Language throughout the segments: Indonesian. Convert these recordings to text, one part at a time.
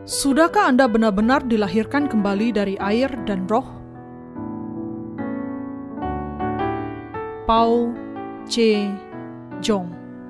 Sudahkah Anda benar-benar dilahirkan kembali dari air dan roh? Paul C. Jong.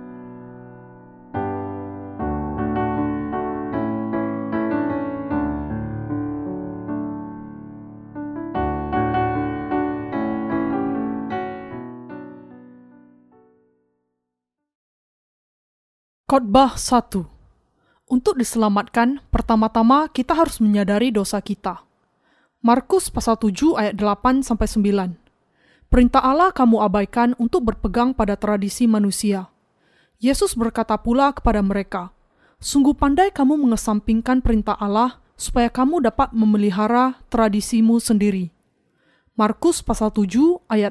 Khotbah 1. Untuk diselamatkan, pertama-tama kita harus menyadari dosa kita. Markus pasal 7 ayat 8-9. Perintah Allah kamu abaikan untuk berpegang pada tradisi manusia. Yesus berkata pula kepada mereka, sungguh pandai kamu mengesampingkan perintah Allah supaya kamu dapat memelihara tradisimu sendiri. Markus pasal 7 ayat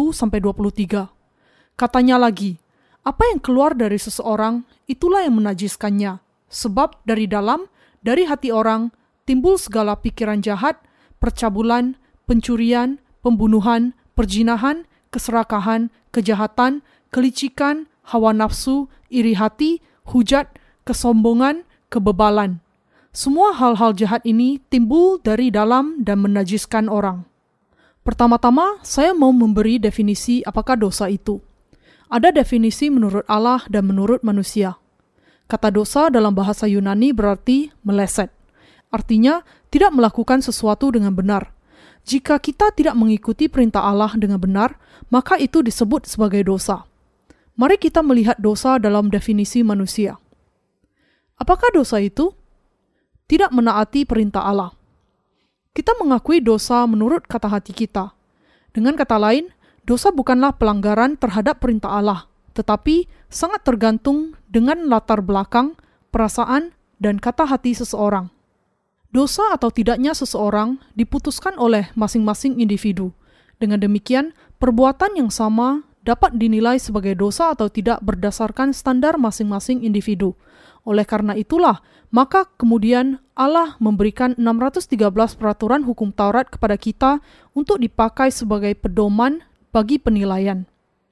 20-23. Katanya lagi, apa yang keluar dari seseorang, itulah yang menajiskannya. Sebab dari dalam, dari hati orang, timbul segala pikiran jahat, percabulan, pencurian, pembunuhan, perzinahan, keserakahan, kejahatan, kelicikan, hawa nafsu, iri hati, hujat, kesombongan, kebebalan. Semua hal-hal jahat ini timbul dari dalam dan menajiskan orang. Pertama-tama, saya mau memberi definisi apakah dosa itu. Ada definisi menurut Allah dan menurut manusia. Kata dosa dalam bahasa Yunani berarti meleset. Artinya, tidak melakukan sesuatu dengan benar. Jika kita tidak mengikuti perintah Allah dengan benar, maka itu disebut sebagai dosa. Mari kita melihat dosa dalam definisi manusia. Apakah dosa itu? Tidak menaati perintah Allah. Kita mengakui dosa menurut kata hati kita. Dengan kata lain, dosa bukanlah pelanggaran terhadap perintah Allah, tetapi sangat tergantung dengan latar belakang, perasaan, dan kata hati seseorang. Dosa atau tidaknya seseorang diputuskan oleh masing-masing individu. Dengan demikian, perbuatan yang sama dapat dinilai sebagai dosa atau tidak berdasarkan standar masing-masing individu. Oleh karena itulah, maka kemudian Allah memberikan 613 peraturan hukum Taurat kepada kita untuk dipakai sebagai pedoman bagi penilaian.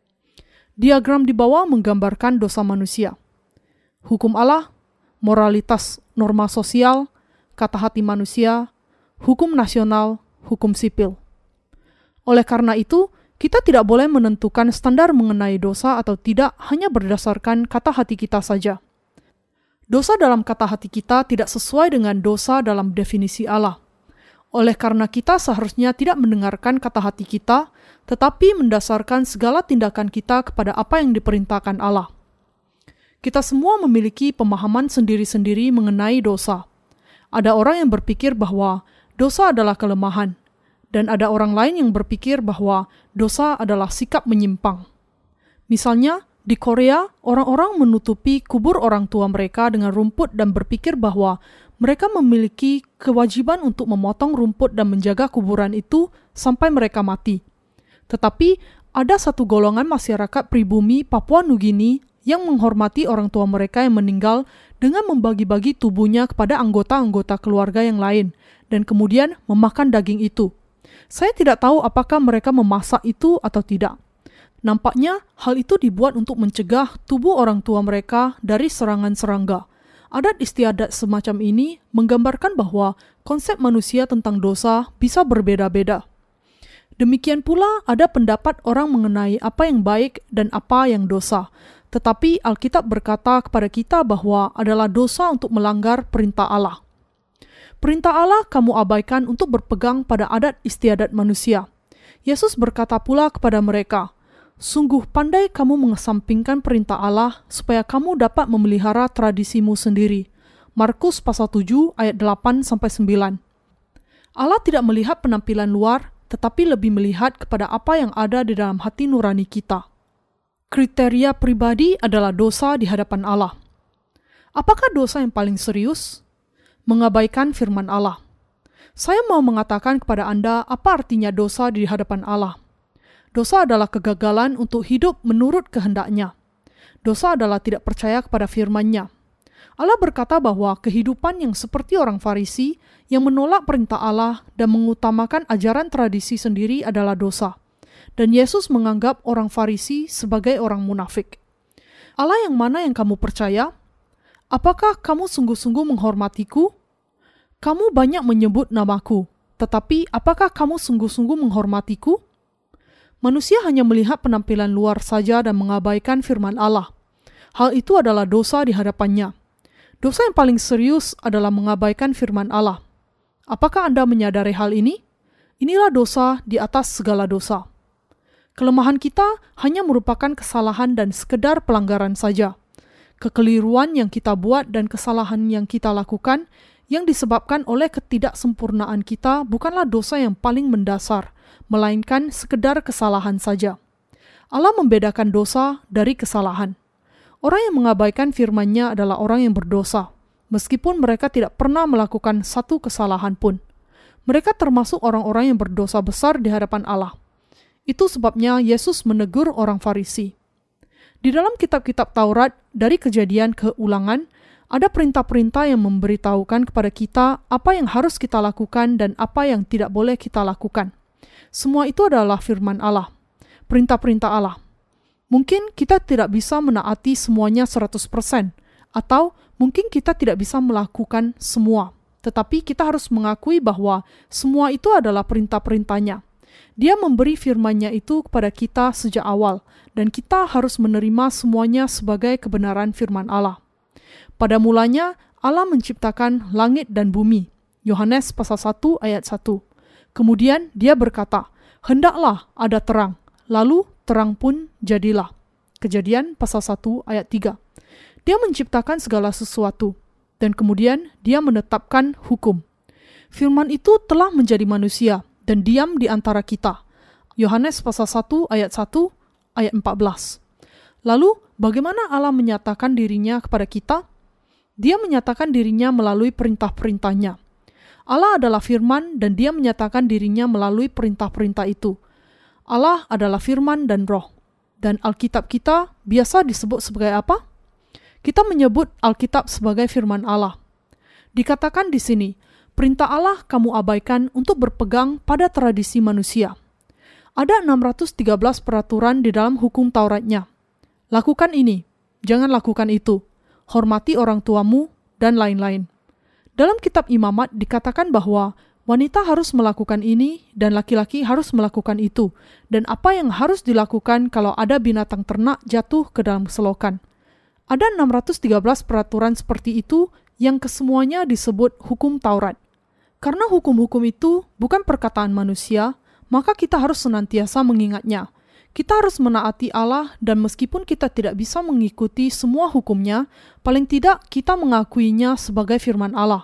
Diagram di bawah menggambarkan dosa manusia. Hukum Allah, moralitas, norma sosial, kata hati manusia, hukum nasional, hukum sipil. Oleh karena itu, kita tidak boleh menentukan standar mengenai dosa atau tidak hanya berdasarkan kata hati kita saja. Dosa dalam kata hati kita tidak sesuai dengan dosa dalam definisi Allah. Oleh karena kita seharusnya tidak mendengarkan kata hati kita, tetapi mendasarkan segala tindakan kita kepada apa yang diperintahkan Allah. Kita semua memiliki pemahaman sendiri-sendiri mengenai dosa. Ada orang yang berpikir bahwa dosa adalah kelemahan, dan ada orang lain yang berpikir bahwa dosa adalah sikap menyimpang. Misalnya, di Korea, orang-orang menutupi kubur orang tua mereka dengan rumput dan berpikir bahwa mereka memiliki kewajiban untuk memotong rumput dan menjaga kuburan itu sampai mereka mati. Tetapi ada satu golongan masyarakat pribumi Papua Nugini yang menghormati orang tua mereka yang meninggal dengan membagi-bagi tubuhnya kepada anggota-anggota keluarga yang lain dan kemudian memakan daging itu. Saya tidak tahu apakah mereka memasak itu atau tidak. Nampaknya hal itu dibuat untuk mencegah tubuh orang tua mereka dari serangan serangga. Adat istiadat semacam ini menggambarkan bahwa konsep manusia tentang dosa bisa berbeda-beda. Demikian pula ada pendapat orang mengenai apa yang baik dan apa yang dosa. Tetapi Alkitab berkata kepada kita bahwa adalah dosa untuk melanggar perintah Allah. Perintah Allah kamu abaikan untuk berpegang pada adat istiadat manusia. Yesus berkata pula kepada mereka, sungguh pandai kamu mengesampingkan perintah Allah supaya kamu dapat memelihara tradisimu sendiri. Markus pasal 7 ayat 8-9. Allah tidak melihat penampilan luar, tetapi lebih melihat kepada apa yang ada di dalam hati nurani kita. Kriteria pribadi adalah dosa di hadapan Allah. Apakah dosa yang paling serius? Mengabaikan firman Allah. Saya mau mengatakan kepada Anda apa artinya dosa di hadapan Allah. Dosa adalah kegagalan untuk hidup menurut kehendaknya. Dosa adalah tidak percaya kepada firman-Nya. Allah berkata bahwa kehidupan yang seperti orang Farisi yang menolak perintah Allah dan mengutamakan ajaran tradisi sendiri adalah dosa. Dan Yesus menganggap orang Farisi sebagai orang munafik. Allah yang mana yang kamu percaya? Apakah kamu sungguh-sungguh menghormatiku? Kamu banyak menyebut namaku, tetapi apakah kamu sungguh-sungguh menghormatiku? Manusia hanya melihat penampilan luar saja dan mengabaikan firman Allah. Hal itu adalah dosa di hadapannya. Dosa yang paling serius adalah mengabaikan firman Allah. Apakah Anda menyadari hal ini? Inilah dosa di atas segala dosa. Kelemahan kita hanya merupakan kesalahan dan sekedar pelanggaran saja. Kekeliruan yang kita buat dan kesalahan yang kita lakukan yang disebabkan oleh ketidaksempurnaan kita bukanlah dosa yang paling mendasar, melainkan sekedar kesalahan saja. Allah membedakan dosa dari kesalahan. Orang yang mengabaikan firman-Nya adalah orang yang berdosa, meskipun mereka tidak pernah melakukan satu kesalahan pun. Mereka termasuk orang-orang yang berdosa besar di hadapan Allah. Itu sebabnya Yesus menegur orang Farisi. Di dalam kitab-kitab Taurat, dari Kejadian ke Ulangan, ada perintah-perintah yang memberitahukan kepada kita apa yang harus kita lakukan dan apa yang tidak boleh kita lakukan. Semua itu adalah firman Allah, perintah-perintah Allah. Mungkin kita tidak bisa menaati semuanya 100%, atau mungkin kita tidak bisa melakukan semua. Tetapi kita harus mengakui bahwa semua itu adalah perintah-perintahnya. Dia memberi firman-Nya itu kepada kita sejak awal, dan kita harus menerima semuanya sebagai kebenaran firman Allah. Pada mulanya, Allah menciptakan langit dan bumi. Yohanes pasal 1 ayat 1. Kemudian dia berkata, hendaklah ada terang. Lalu terang pun jadilah. Kejadian pasal 1 ayat 3. Dia menciptakan segala sesuatu. Dan kemudian dia menetapkan hukum. Firman itu telah menjadi manusia dan diam di antara kita. Yohanes pasal 1 ayat 1 ayat 14. Lalu bagaimana Allah menyatakan dirinya kepada kita? Dia menyatakan dirinya melalui perintah-perintahnya. Allah adalah firman dan dia menyatakan dirinya melalui perintah-perintah itu. Allah adalah firman dan roh. Dan Alkitab kita biasa disebut sebagai apa? Kita menyebut Alkitab sebagai firman Allah. Dikatakan di sini, perintah Allah kamu abaikan untuk berpegang pada tradisi manusia. Ada 613 peraturan di dalam hukum Tauratnya. Lakukan ini, jangan lakukan itu. Hormati orang tuamu, dan lain-lain. Dalam kitab Imamat dikatakan bahwa wanita harus melakukan ini dan laki-laki harus melakukan itu, dan apa yang harus dilakukan kalau ada binatang ternak jatuh ke dalam selokan. Ada 613 peraturan seperti itu yang kesemuanya disebut hukum Taurat. Karena hukum-hukum itu bukan perkataan manusia, maka kita harus senantiasa mengingatnya. Kita harus menaati Allah dan meskipun kita tidak bisa mengikuti semua hukumnya, paling tidak kita mengakuinya sebagai firman Allah.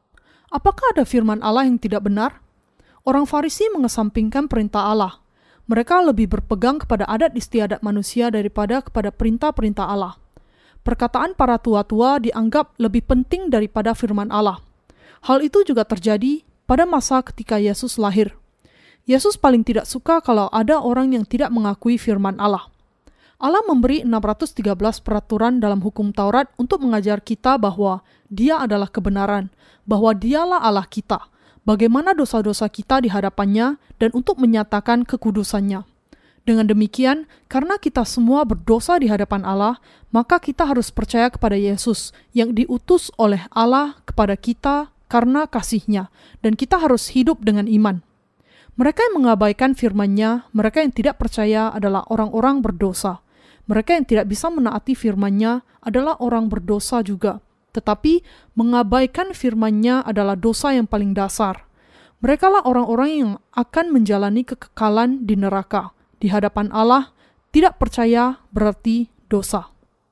Apakah ada firman Allah yang tidak benar? Orang Farisi mengesampingkan perintah Allah. Mereka lebih berpegang kepada adat istiadat manusia daripada kepada perintah-perintah Allah. Perkataan para tua-tua dianggap lebih penting daripada firman Allah. Hal itu juga terjadi pada masa ketika Yesus lahir. Yesus paling tidak suka kalau ada orang yang tidak mengakui firman Allah. Allah memberi 613 peraturan dalam hukum Taurat untuk mengajar kita bahwa Dia adalah kebenaran, bahwa Dialah Allah kita, bagaimana dosa-dosa kita di hadapannya, dan untuk menyatakan kekudusannya. Dengan demikian, karena kita semua berdosa di hadapan Allah, maka kita harus percaya kepada Yesus yang diutus oleh Allah kepada kita karena kasih-Nya, dan kita harus hidup dengan iman. Mereka yang mengabaikan firman-Nya, mereka yang tidak percaya adalah orang-orang berdosa. Mereka yang tidak bisa menaati firman-Nya adalah orang berdosa juga. Tetapi mengabaikan firman-Nya adalah dosa yang paling dasar. Merekalah orang-orang yang akan menjalani kekekalan di neraka. Di hadapan Allah, tidak percaya berarti dosa.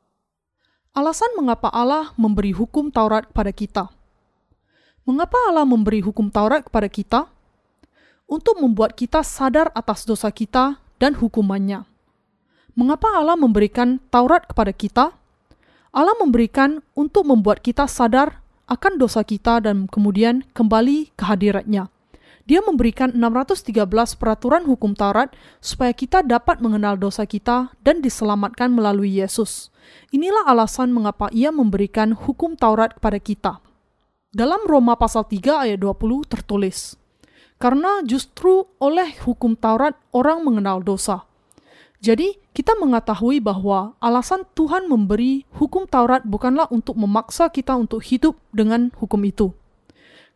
Alasan mengapa Allah memberi hukum Taurat kepada kita. Mengapa Allah memberi hukum Taurat kepada kita? Untuk membuat kita sadar atas dosa kita dan hukumannya. Mengapa Allah memberikan Taurat kepada kita? Allah memberikan untuk membuat kita sadar akan dosa kita dan kemudian kembali ke hadirat-Nya. Dia memberikan 613 peraturan hukum Taurat supaya kita dapat mengenal dosa kita dan diselamatkan melalui Yesus. Inilah alasan mengapa Ia memberikan hukum Taurat kepada kita. Dalam Roma pasal 3 ayat 20 tertulis, karena justru oleh hukum Taurat orang mengenal dosa. Jadi, kita mengetahui bahwa alasan Tuhan memberi hukum Taurat bukanlah untuk memaksa kita untuk hidup dengan hukum itu.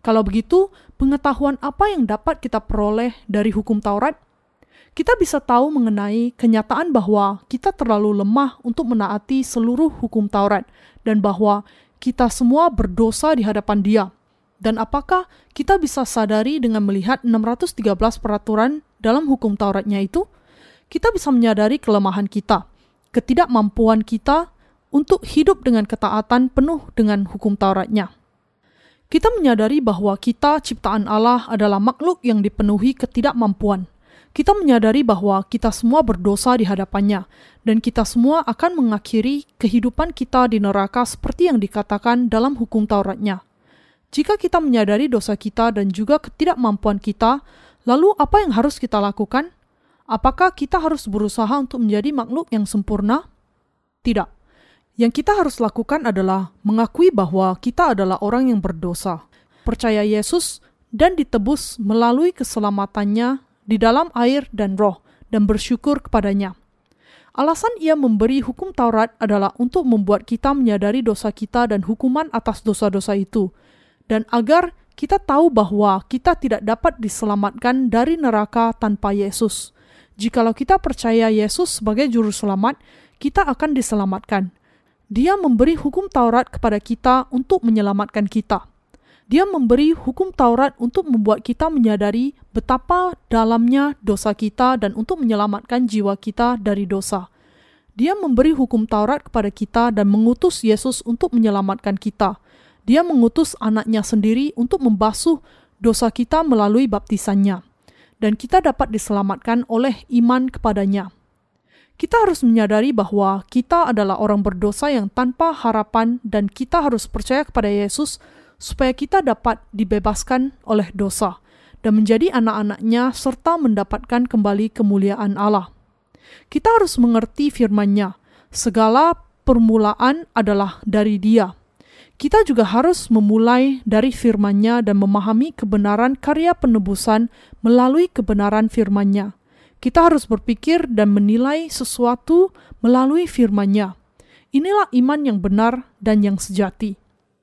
Kalau begitu, pengetahuan apa yang dapat kita peroleh dari hukum Taurat? Kita bisa tahu mengenai kenyataan bahwa kita terlalu lemah untuk menaati seluruh hukum Taurat dan bahwa kita semua berdosa di hadapan Dia. Dan apakah kita bisa sadari dengan melihat 613 peraturan dalam hukum Tauratnya itu? Kita bisa menyadari kelemahan kita, ketidakmampuan kita untuk hidup dengan ketaatan penuh dengan hukum Tauratnya. Kita menyadari bahwa kita ciptaan Allah adalah makhluk yang dipenuhi ketidakmampuan. Kita menyadari bahwa kita semua berdosa di hadapannya, dan kita semua akan mengakhiri kehidupan kita di neraka seperti yang dikatakan dalam hukum Tauratnya. Jika kita menyadari dosa kita dan juga ketidakmampuan kita, lalu apa yang harus kita lakukan? Apakah kita harus berusaha untuk menjadi makhluk yang sempurna? Tidak. Yang kita harus lakukan adalah mengakui bahwa kita adalah orang yang berdosa, percaya Yesus, dan ditebus melalui keselamatannya di dalam air dan roh, dan bersyukur kepadanya. Alasan ia memberi hukum Taurat adalah untuk membuat kita menyadari dosa kita dan hukuman atas dosa-dosa itu, dan agar kita tahu bahwa kita tidak dapat diselamatkan dari neraka tanpa Yesus. Jikalau kita percaya Yesus sebagai juru selamat, kita akan diselamatkan. Dia memberi hukum Taurat kepada kita untuk menyelamatkan kita. Dia memberi hukum Taurat untuk membuat kita menyadari betapa dalamnya dosa kita dan untuk menyelamatkan jiwa kita dari dosa. Dia memberi hukum Taurat kepada kita dan mengutus Yesus untuk menyelamatkan kita. Dia mengutus anaknya sendiri untuk membasuh dosa kita melalui baptisannya. Dan kita dapat diselamatkan oleh iman kepadanya. Kita harus menyadari bahwa kita adalah orang berdosa yang tanpa harapan dan kita harus percaya kepada Yesus supaya kita dapat dibebaskan oleh dosa dan menjadi anak-anaknya serta mendapatkan kembali kemuliaan Allah. Kita harus mengerti firman-Nya. Segala permulaan adalah dari Dia. Kita juga harus memulai dari firman-Nya dan memahami kebenaran karya penebusan melalui kebenaran firman-Nya. Kita harus berpikir dan menilai sesuatu melalui firman-Nya. Inilah iman yang benar dan yang sejati.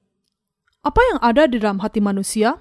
Apa yang ada di dalam hati manusia?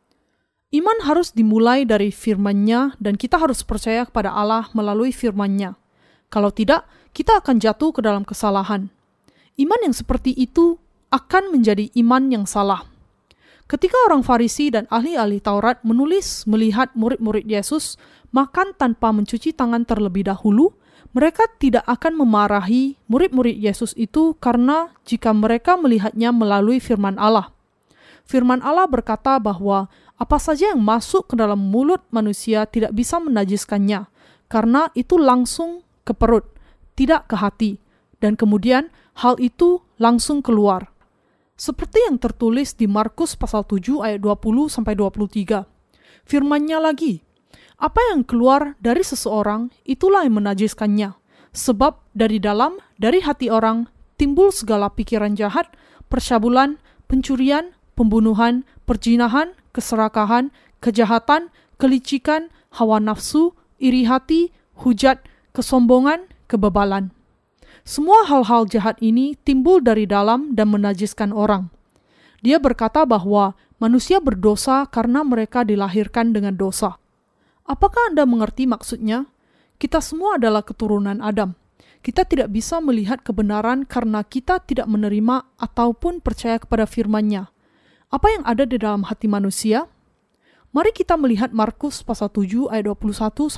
Iman harus dimulai dari firman-Nya dan kita harus percaya kepada Allah melalui firman-Nya. Kalau tidak, kita akan jatuh ke dalam kesalahan. Iman yang seperti itu akan menjadi iman yang salah. Ketika orang Farisi dan ahli-ahli Taurat menulis melihat murid-murid Yesus makan tanpa mencuci tangan terlebih dahulu, mereka tidak akan memarahi murid-murid Yesus itu karena jika mereka melihatnya melalui firman Allah. Firman Allah berkata bahwa apa saja yang masuk ke dalam mulut manusia tidak bisa menajiskannya, karena itu langsung ke perut, tidak ke hati, dan kemudian hal itu langsung keluar. Seperti yang tertulis di Markus pasal 7 ayat 20-23. Firman-Nya lagi, apa yang keluar dari seseorang itulah yang menajiskannya, sebab dari dalam, dari hati orang, timbul segala pikiran jahat, percabulan, pencurian, pembunuhan, perzinahan, keserakahan, kejahatan, kelicikan, hawa nafsu, iri hati, hujat, kesombongan, kebebalan. Semua hal-hal jahat ini timbul dari dalam dan menajiskan orang. Dia berkata bahwa manusia berdosa karena mereka dilahirkan dengan dosa. Apakah Anda mengerti maksudnya? Kita semua adalah keturunan Adam. Kita tidak bisa melihat kebenaran karena kita tidak menerima ataupun percaya kepada firman-Nya. Apa yang ada di dalam hati manusia? Mari kita melihat Markus pasal 7 ayat 21-22.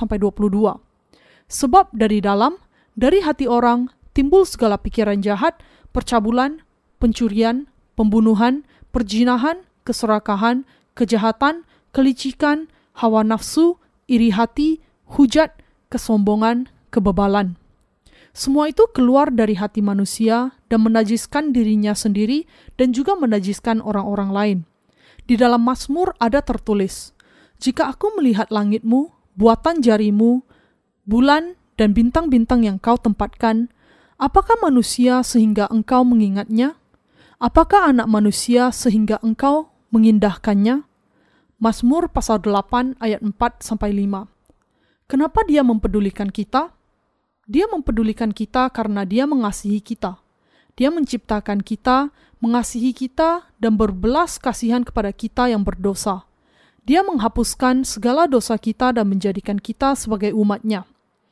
Sebab dari dalam, dari hati orang, timbul segala pikiran jahat, percabulan, pencurian, pembunuhan, perzinahan, keserakahan, kejahatan, kelicikan, hawa nafsu, iri hati, hujat, kesombongan, kebebalan. Semua itu keluar dari hati manusia dan menajiskan dirinya sendiri dan juga menajiskan orang-orang lain. Di dalam Mazmur ada tertulis, "Jika aku melihat langitmu, buatan jarimu, bulan dan bintang-bintang yang kau tempatkan, apakah manusia sehingga engkau mengingatnya? Apakah anak manusia sehingga engkau mengindahkannya?" Mazmur pasal 8 ayat 4-5. Kenapa Dia mempedulikan kita? Dia mempedulikan kita karena Dia mengasihi kita. Dia menciptakan kita, mengasihi kita, dan berbelas kasihan kepada kita yang berdosa. Dia menghapuskan segala dosa kita dan menjadikan kita sebagai umat-Nya.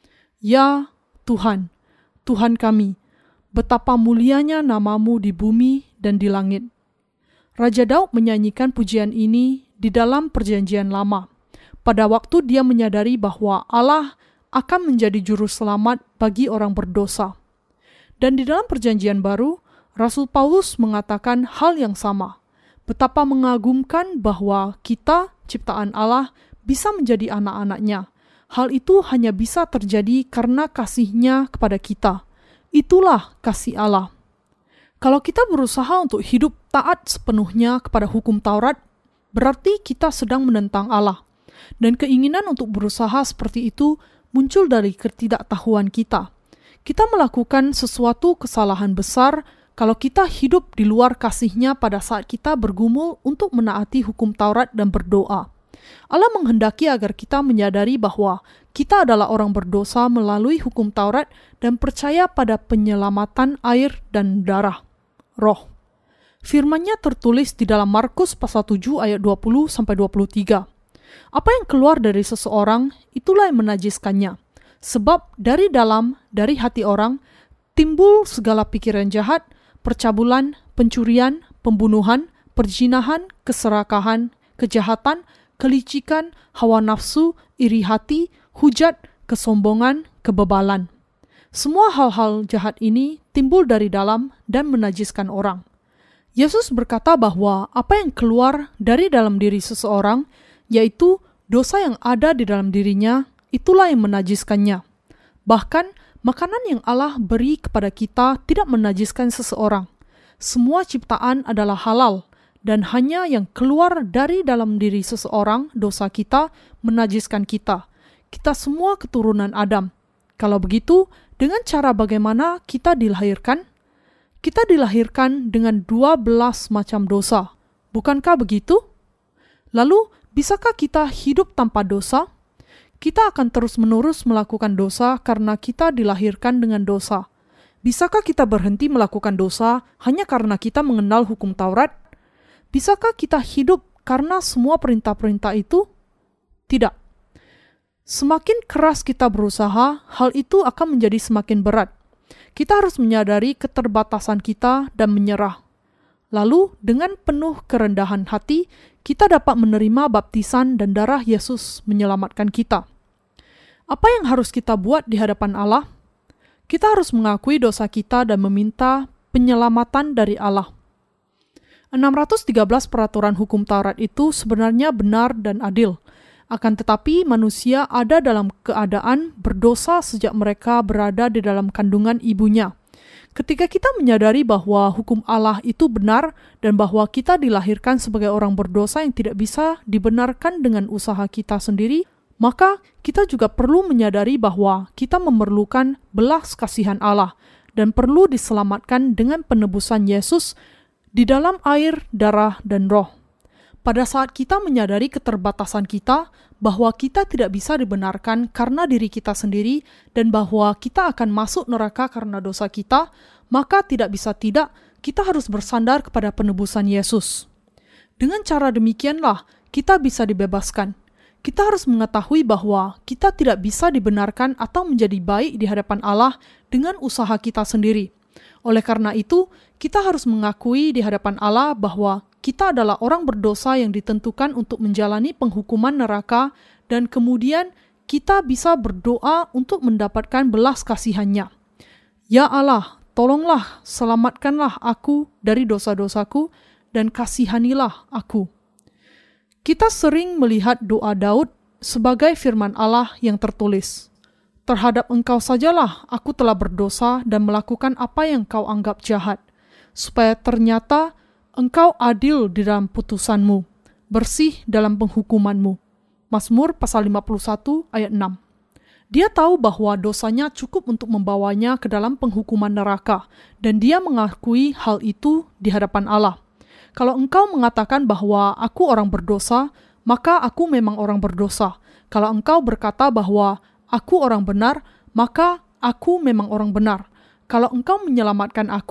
Ya Tuhan, Tuhan kami, betapa mulianya nama-Mu di bumi dan di langit. Raja Daud menyanyikan pujian ini di dalam Perjanjian Lama, pada waktu dia menyadari bahwa Allah akan menjadi juru selamat bagi orang berdosa. Dan di dalam Perjanjian Baru, Rasul Paulus mengatakan hal yang sama. Betapa mengagumkan bahwa kita, ciptaan Allah, bisa menjadi anak-anak-Nya. Hal itu hanya bisa terjadi karena kasih-Nya kepada kita. Itulah kasih Allah. Kalau kita berusaha untuk hidup taat sepenuhnya kepada hukum Taurat, berarti kita sedang menentang Allah. Dan keinginan untuk berusaha seperti itu muncul dari ketidaktahuan kita. Kita melakukan sesuatu kesalahan besar kalau kita hidup di luar kasih-Nya pada saat kita bergumul untuk menaati hukum Taurat dan berdoa. Allah menghendaki agar kita menyadari bahwa kita adalah orang berdosa melalui hukum Taurat dan percaya pada penyelamatan air dan darah, roh. Firman-Nya tertulis di dalam Markus pasal 7 ayat 20-23. Apa yang keluar dari seseorang, itulah yang menajiskannya. Sebab dari dalam, dari hati orang, timbul segala pikiran jahat, percabulan, pencurian, pembunuhan, perzinahan, keserakahan, kejahatan, kelicikan, hawa nafsu, iri hati, hujat, kesombongan, kebebalan. Semua hal-hal jahat ini timbul dari dalam dan menajiskan orang. Yesus berkata bahwa apa yang keluar dari dalam diri seseorang, yaitu dosa yang ada di dalam dirinya, itulah yang menajiskannya. Bahkan, makanan yang Allah beri kepada kita tidak menajiskan seseorang. Semua ciptaan adalah halal, dan hanya yang keluar dari dalam diri seseorang, dosa kita, menajiskan kita. Kita semua keturunan Adam. Kalau begitu, dengan cara bagaimana kita dilahirkan? Kita dilahirkan dengan 12 macam dosa. Bukankah begitu? Lalu, bisakah kita hidup tanpa dosa? Kita akan terus-menerus melakukan dosa karena kita dilahirkan dengan dosa. Bisakah kita berhenti melakukan dosa hanya karena kita mengenal hukum Taurat? Bisakah kita hidup karena semua perintah-perintah itu? Tidak. Semakin keras kita berusaha, hal itu akan menjadi semakin berat. Kita harus menyadari keterbatasan kita dan menyerah. Lalu, dengan penuh kerendahan hati, kita dapat menerima baptisan dan darah Yesus menyelamatkan kita. Apa yang harus kita buat di hadapan Allah? Kita harus mengakui dosa kita dan meminta penyelamatan dari Allah. 613 peraturan hukum Taurat itu sebenarnya benar dan adil. Akan tetapi manusia ada dalam keadaan berdosa sejak mereka berada di dalam kandungan ibunya. Ketika kita menyadari bahwa hukum Allah itu benar dan bahwa kita dilahirkan sebagai orang berdosa yang tidak bisa dibenarkan dengan usaha kita sendiri, maka kita juga perlu menyadari bahwa kita memerlukan belas kasihan Allah dan perlu diselamatkan dengan penebusan Yesus di dalam air, darah, dan roh. Pada saat kita menyadari keterbatasan kita, bahwa kita tidak bisa dibenarkan karena diri kita sendiri dan bahwa kita akan masuk neraka karena dosa kita, maka tidak bisa tidak, kita harus bersandar kepada penebusan Yesus. Dengan cara demikianlah, kita bisa dibebaskan. Kita harus mengetahui bahwa kita tidak bisa dibenarkan atau menjadi baik di hadapan Allah dengan usaha kita sendiri. Oleh karena itu, kita harus mengakui di hadapan Allah bahwa kita adalah orang berdosa yang ditentukan untuk menjalani penghukuman neraka dan kemudian kita bisa berdoa untuk mendapatkan belas kasihan-Nya. Ya Allah, tolonglah, selamatkanlah aku dari dosa-dosaku dan kasihanilah aku. Kita sering melihat doa Daud sebagai firman Allah yang tertulis. Terhadap Engkau sajalah aku telah berdosa dan melakukan apa yang Kau anggap jahat, supaya ternyata Engkau adil di dalam putusan-Mu, bersih dalam penghukuman-Mu. Mazmur pasal 51 ayat 6. Dia tahu bahwa dosanya cukup untuk membawanya ke dalam penghukuman neraka, dan dia mengakui hal itu di hadapan Allah. Kalau engkau mengatakan bahwa aku orang berdosa, maka aku memang orang berdosa. Kalau engkau berkata bahwa aku orang benar, maka aku memang orang benar. Kalau engkau menyelamatkan aku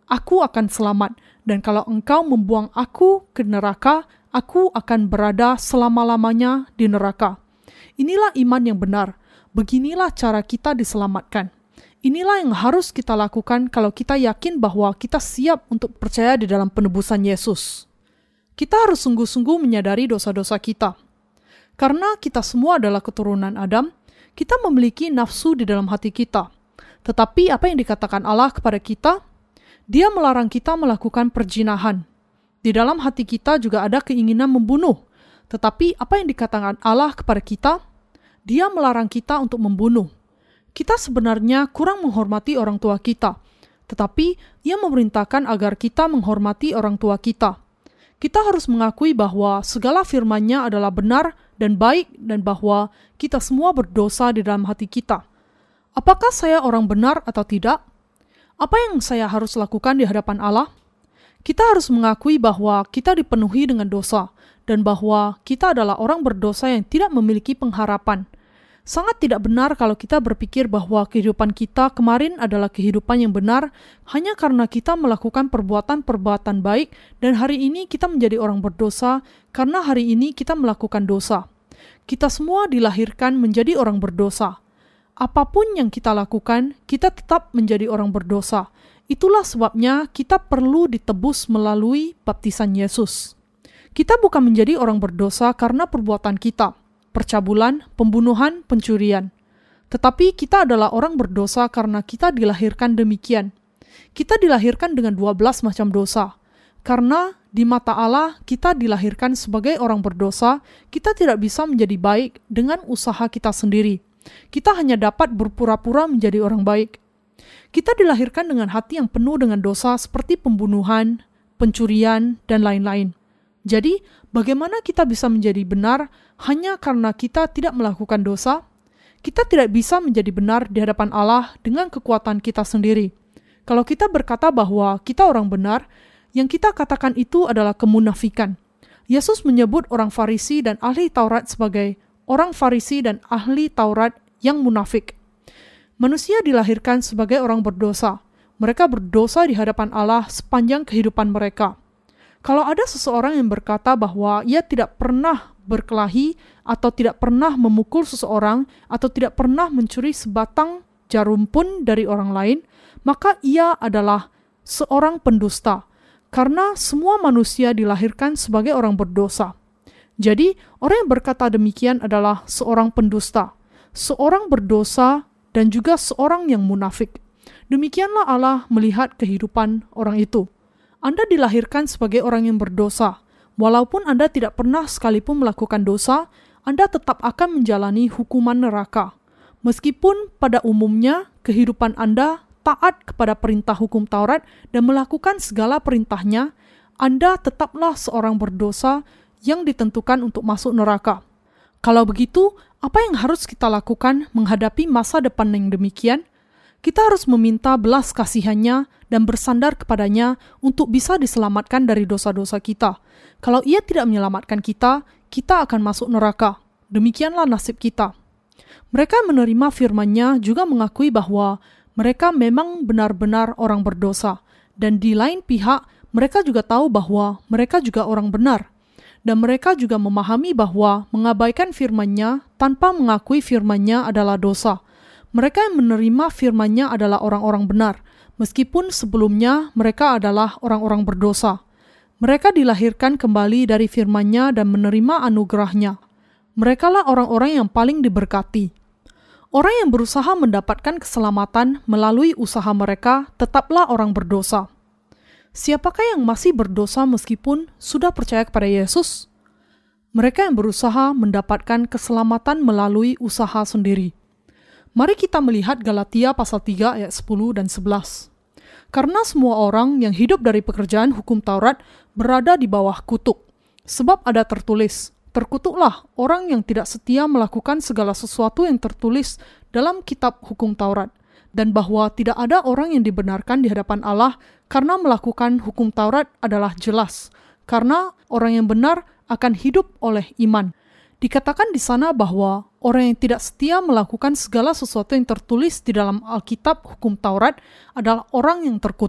aku akan selamat, dan kalau engkau membuang aku ke neraka, aku akan berada selama-lamanya di neraka. Inilah iman yang benar. Beginilah cara kita diselamatkan. Inilah yang harus kita lakukan kalau kita yakin bahwa kita siap untuk percaya di dalam penebusan Yesus. Kita harus sungguh-sungguh menyadari dosa-dosa kita. Karena kita semua adalah keturunan Adam, kita memiliki nafsu di dalam hati kita. Tetapi apa yang dikatakan Allah kepada kita? Dia melarang kita melakukan perzinahan. Di dalam hati kita juga ada keinginan membunuh. Tetapi apa yang dikatakan Allah kepada kita? Dia melarang kita untuk membunuh. Kita sebenarnya kurang menghormati orang tua kita. Tetapi Ia memerintahkan agar kita menghormati orang tua kita. Kita harus mengakui bahwa segala firman-Nya adalah benar dan baik dan bahwa kita semua berdosa di dalam hati kita. Apakah saya orang benar atau tidak? Apa yang saya harus lakukan di hadapan Allah? Kita harus mengakui bahwa kita dipenuhi dengan dosa dan bahwa kita adalah orang berdosa yang tidak memiliki pengharapan. Sangat tidak benar kalau kita berpikir bahwa kehidupan kita kemarin adalah kehidupan yang benar hanya karena kita melakukan perbuatan-perbuatan baik dan hari ini kita menjadi orang berdosa karena hari ini kita melakukan dosa. Kita semua dilahirkan menjadi orang berdosa. Apapun yang kita lakukan, kita tetap menjadi orang berdosa. Itulah sebabnya kita perlu ditebus melalui baptisan Yesus. Kita bukan menjadi orang berdosa karena perbuatan kita, percabulan, pembunuhan, pencurian. Tetapi kita adalah orang berdosa karena kita dilahirkan demikian. Kita dilahirkan dengan 12 macam dosa. Karena di mata Allah kita dilahirkan sebagai orang berdosa, kita tidak bisa menjadi baik dengan usaha kita sendiri. Kita hanya dapat berpura-pura menjadi orang baik. Kita dilahirkan dengan hati yang penuh dengan dosa seperti pembunuhan, pencurian, dan lain-lain. Jadi, bagaimana kita bisa menjadi benar hanya karena kita tidak melakukan dosa? Kita tidak bisa menjadi benar di hadapan Allah dengan kekuatan kita sendiri. Kalau kita berkata bahwa kita orang benar, yang kita katakan itu adalah kemunafikan. Yesus menyebut orang Farisi dan ahli Taurat sebagai orang Farisi dan ahli Taurat yang munafik. Manusia dilahirkan sebagai orang berdosa. Mereka berdosa di hadapan Allah sepanjang kehidupan mereka. Kalau ada seseorang yang berkata bahwa ia tidak pernah berkelahi atau tidak pernah memukul seseorang atau tidak pernah mencuri sebatang jarum pun dari orang lain, maka ia adalah seorang pendusta. Karena semua manusia dilahirkan sebagai orang berdosa. Jadi, orang yang berkata demikian adalah seorang pendusta, seorang berdosa, dan juga seorang yang munafik. Demikianlah Allah melihat kehidupan orang itu. Anda dilahirkan sebagai orang yang berdosa. Walaupun Anda tidak pernah sekalipun melakukan dosa, Anda tetap akan menjalani hukuman neraka. Meskipun pada umumnya kehidupan Anda taat kepada perintah hukum Taurat dan melakukan segala perintahnya, Anda tetaplah seorang berdosa yang ditentukan untuk masuk neraka. Kalau begitu, apa yang harus kita lakukan menghadapi masa depan yang demikian? Kita harus meminta belas kasihannya dan bersandar kepadanya untuk bisa diselamatkan dari dosa-dosa kita. Kalau Ia tidak menyelamatkan kita, kita akan masuk neraka. Demikianlah nasib kita. Mereka menerima firman-Nya juga mengakui bahwa mereka memang benar-benar orang berdosa. Dan di lain pihak, mereka juga tahu bahwa mereka juga orang benar. Dan mereka juga memahami bahwa mengabaikan firman-Nya tanpa mengakui firman-Nya adalah dosa. Mereka yang menerima firman-Nya adalah orang-orang benar, meskipun sebelumnya mereka adalah orang-orang berdosa. Mereka dilahirkan kembali dari firman-Nya dan menerima anugerah-Nya. Merekalah orang-orang yang paling diberkati. Orang yang berusaha mendapatkan keselamatan melalui usaha mereka tetaplah orang berdosa. Siapakah yang masih berdosa meskipun sudah percaya kepada Yesus? Mereka yang berusaha mendapatkan keselamatan melalui usaha sendiri. Mari kita melihat Galatia pasal 3 ayat 10 dan 11. Karena semua orang yang hidup dari pekerjaan hukum Taurat berada di bawah kutuk. Sebab ada tertulis, terkutuklah orang yang tidak setia melakukan segala sesuatu yang tertulis dalam kitab hukum Taurat. Dan bahwa tidak ada orang yang dibenarkan di hadapan Allah karena melakukan hukum Taurat adalah jelas. Karena orang yang benar akan hidup oleh iman. Dikatakan di sana bahwa orang yang tidak setia melakukan segala sesuatu yang tertulis di dalam Alkitab hukum Taurat adalah orang yang terkutuk.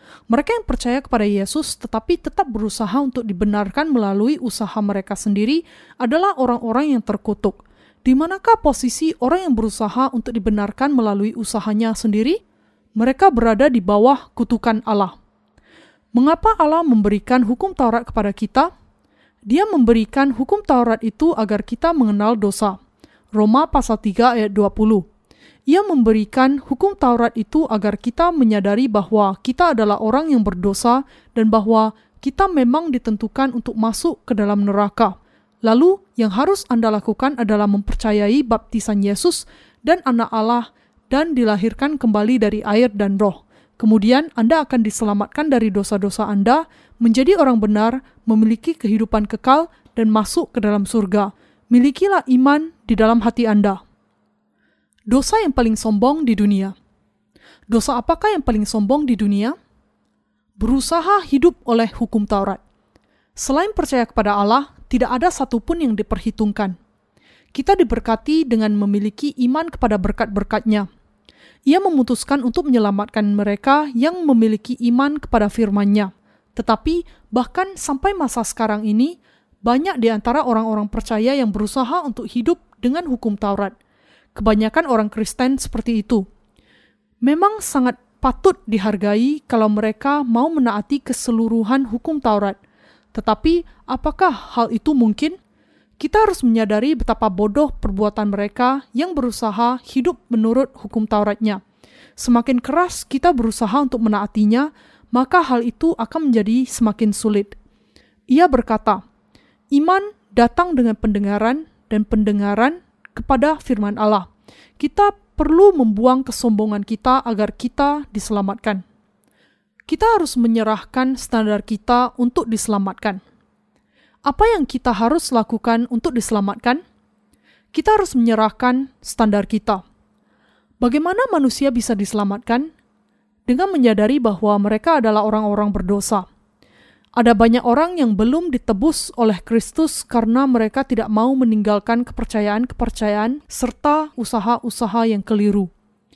Mereka yang percaya kepada Yesus tetapi tetap berusaha untuk dibenarkan melalui usaha mereka sendiri adalah orang-orang yang terkutuk. Di manakah posisi orang yang berusaha untuk dibenarkan melalui usahanya sendiri? Mereka berada di bawah kutukan Allah. Mengapa Allah memberikan hukum Taurat kepada kita? Dia memberikan hukum Taurat itu agar kita mengenal dosa. Roma pasal 3 ayat 20. Ia memberikan hukum Taurat itu agar kita menyadari bahwa kita adalah orang yang berdosa dan bahwa kita memang ditentukan untuk masuk ke dalam neraka. Lalu, yang harus Anda lakukan adalah mempercayai baptisan Yesus dan Anak Allah dan dilahirkan kembali dari air dan roh. Kemudian Anda akan diselamatkan dari dosa-dosa Anda, menjadi orang benar, memiliki kehidupan kekal, dan masuk ke dalam surga. Milikilah iman di dalam hati Anda. Dosa yang paling sombong di dunia. Dosa apakah yang paling sombong di dunia? Berusaha hidup oleh hukum Taurat. Selain percaya kepada Allah, tidak ada satupun yang diperhitungkan. Kita diberkati dengan memiliki iman kepada berkat-berkat-Nya. Ia memutuskan untuk menyelamatkan mereka yang memiliki iman kepada firman-Nya. Tetapi, bahkan sampai masa sekarang ini, banyak di antara orang-orang percaya yang berusaha untuk hidup dengan hukum Taurat. Kebanyakan orang Kristen seperti itu. Memang sangat patut dihargai kalau mereka mau menaati keseluruhan hukum Taurat. Tetapi, apakah hal itu mungkin? Kita harus menyadari betapa bodoh perbuatan mereka yang berusaha hidup menurut hukum Taurat-Nya. Semakin keras kita berusaha untuk menaatinya, maka hal itu akan menjadi semakin sulit. Ia berkata, iman datang dengan pendengaran dan pendengaran kepada firman Allah. Kita perlu membuang kesombongan kita agar kita diselamatkan. Kita harus menyerahkan standar kita untuk diselamatkan. Apa yang kita harus lakukan untuk diselamatkan? Kita harus menyerahkan standar kita. Bagaimana manusia bisa diselamatkan? Dengan menyadari bahwa mereka adalah orang-orang berdosa. Ada banyak orang yang belum ditebus oleh Kristus karena mereka tidak mau meninggalkan kepercayaan-kepercayaan serta usaha-usaha yang keliru.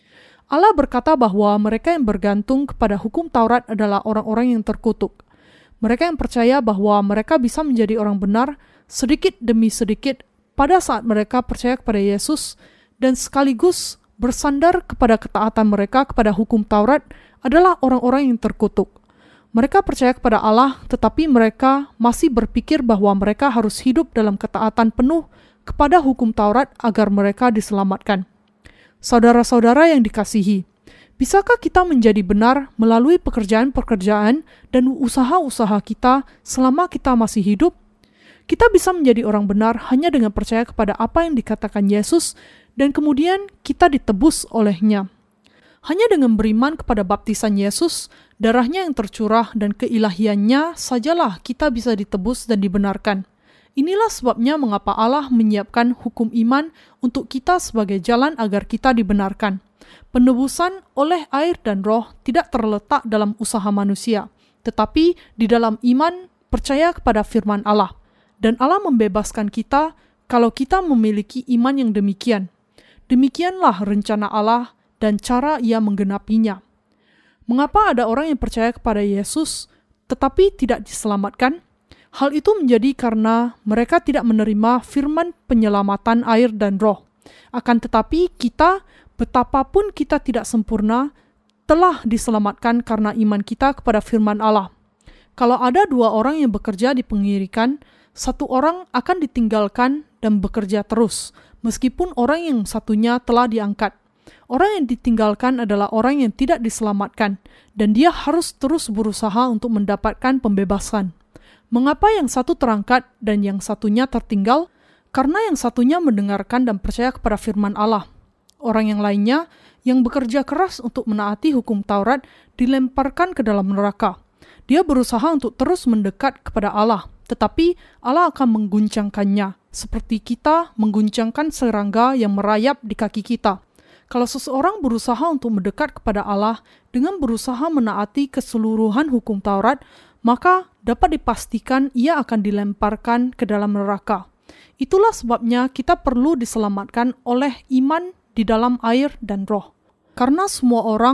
Allah berkata bahwa mereka yang bergantung kepada hukum Taurat adalah orang-orang yang terkutuk. Mereka yang percaya bahwa mereka bisa menjadi orang benar sedikit demi sedikit pada saat mereka percaya kepada Yesus dan sekaligus bersandar kepada ketaatan mereka kepada hukum Taurat adalah orang-orang yang terkutuk. Mereka percaya kepada Allah, tetapi mereka masih berpikir bahwa mereka harus hidup dalam ketaatan penuh kepada hukum Taurat agar mereka diselamatkan. Saudara-saudara yang dikasihi, bisakah kita menjadi benar melalui pekerjaan-pekerjaan dan usaha-usaha kita selama kita masih hidup? Kita bisa menjadi orang benar hanya dengan percaya kepada apa yang dikatakan Yesus dan kemudian kita ditebus oleh-Nya. Hanya dengan beriman kepada baptisan Yesus, darah-Nya yang tercurah dan keilahian-Nya sajalah kita bisa ditebus dan dibenarkan. Inilah sebabnya mengapa Allah menyiapkan hukum iman untuk kita sebagai jalan agar kita dibenarkan. Penebusan oleh air dan roh tidak terletak dalam usaha manusia, tetapi di dalam iman percaya kepada firman Allah. Dan Allah membebaskan kita kalau kita memiliki iman yang demikian. Demikianlah rencana Allah dan cara Ia menggenapinya. Mengapa ada orang yang percaya kepada Yesus tetapi tidak diselamatkan? Hal itu menjadi karena mereka tidak menerima firman penyelamatan air dan roh. Akan tetapi kita, betapapun kita tidak sempurna, telah diselamatkan karena iman kita kepada firman Allah. Kalau ada dua orang yang bekerja di pengirikan, satu orang akan ditinggalkan dan bekerja terus, meskipun orang yang satunya telah diangkat. Orang yang ditinggalkan adalah orang yang tidak diselamatkan, dan dia harus terus berusaha untuk mendapatkan pembebasan. Mengapa yang satu terangkat dan yang satunya tertinggal? Karena yang satunya mendengarkan dan percaya kepada firman Allah. Orang yang lainnya, yang bekerja keras untuk menaati hukum Taurat, dilemparkan ke dalam neraka. Dia berusaha untuk terus mendekat kepada Allah, tetapi Allah akan mengguncangkannya, seperti kita mengguncangkan serangga yang merayap di kaki kita. Kalau seseorang berusaha untuk mendekat kepada Allah dengan berusaha menaati keseluruhan hukum Taurat, maka dapat dipastikan ia akan dilemparkan ke dalam neraka. Itulah sebabnya kita perlu diselamatkan oleh iman di dalam air dan roh. Karena semua orang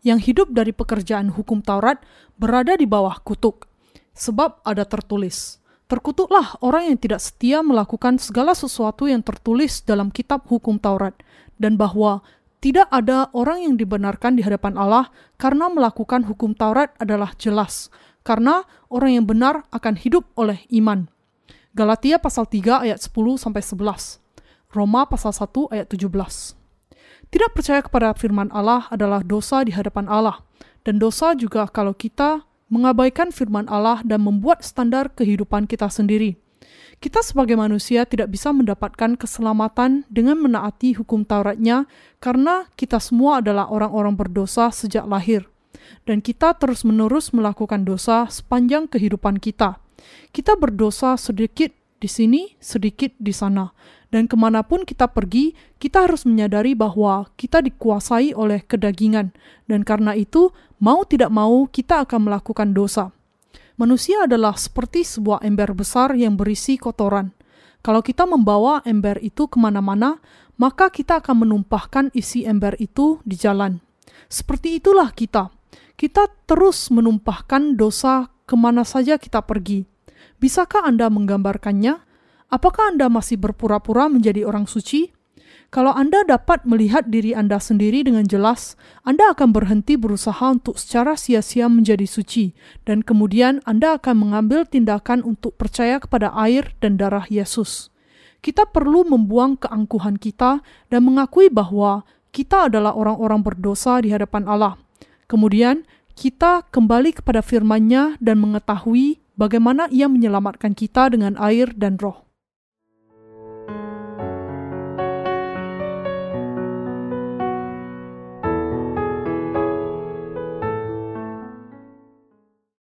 yang hidup dari pekerjaan hukum Taurat berada di bawah kutuk. Sebab ada tertulis, terkutuklah orang yang tidak setia melakukan segala sesuatu yang tertulis dalam kitab hukum Taurat, dan bahwa tidak ada orang yang dibenarkan di hadapan Allah karena melakukan hukum Taurat adalah jelas, karena orang yang benar akan hidup oleh iman. Galatia pasal 3 ayat 10-11. Roma pasal 1 ayat 17. Tidak percaya kepada firman Allah adalah dosa di hadapan Allah, dan dosa juga kalau kita mengabaikan firman Allah dan membuat standar kehidupan kita sendiri. Kita sebagai manusia tidak bisa mendapatkan keselamatan dengan menaati hukum Tauratnya karena kita semua adalah orang-orang berdosa sejak lahir. Dan kita terus-menerus melakukan dosa sepanjang kehidupan kita. Kita berdosa sedikit di sini, sedikit di sana. Dan kemanapun kita pergi, kita harus menyadari bahwa kita dikuasai oleh kedagingan. Dan karena itu, mau tidak mau, kita akan melakukan dosa. Manusia adalah seperti sebuah ember besar yang berisi kotoran. Kalau kita membawa ember itu kemana-mana, maka kita akan menumpahkan isi ember itu di jalan. Seperti itulah kita. Kita terus menumpahkan dosa kemana saja kita pergi. Bisakah Anda menggambarkannya? Apakah Anda masih berpura-pura menjadi orang suci? Kalau Anda dapat melihat diri Anda sendiri dengan jelas, Anda akan berhenti berusaha untuk secara sia-sia menjadi suci, dan kemudian Anda akan mengambil tindakan untuk percaya kepada air dan darah Yesus. Kita perlu membuang keangkuhan kita dan mengakui bahwa kita adalah orang-orang berdosa di hadapan Allah. Kemudian, kita kembali kepada firman-Nya dan mengetahui bagaimana Ia menyelamatkan kita dengan air dan roh.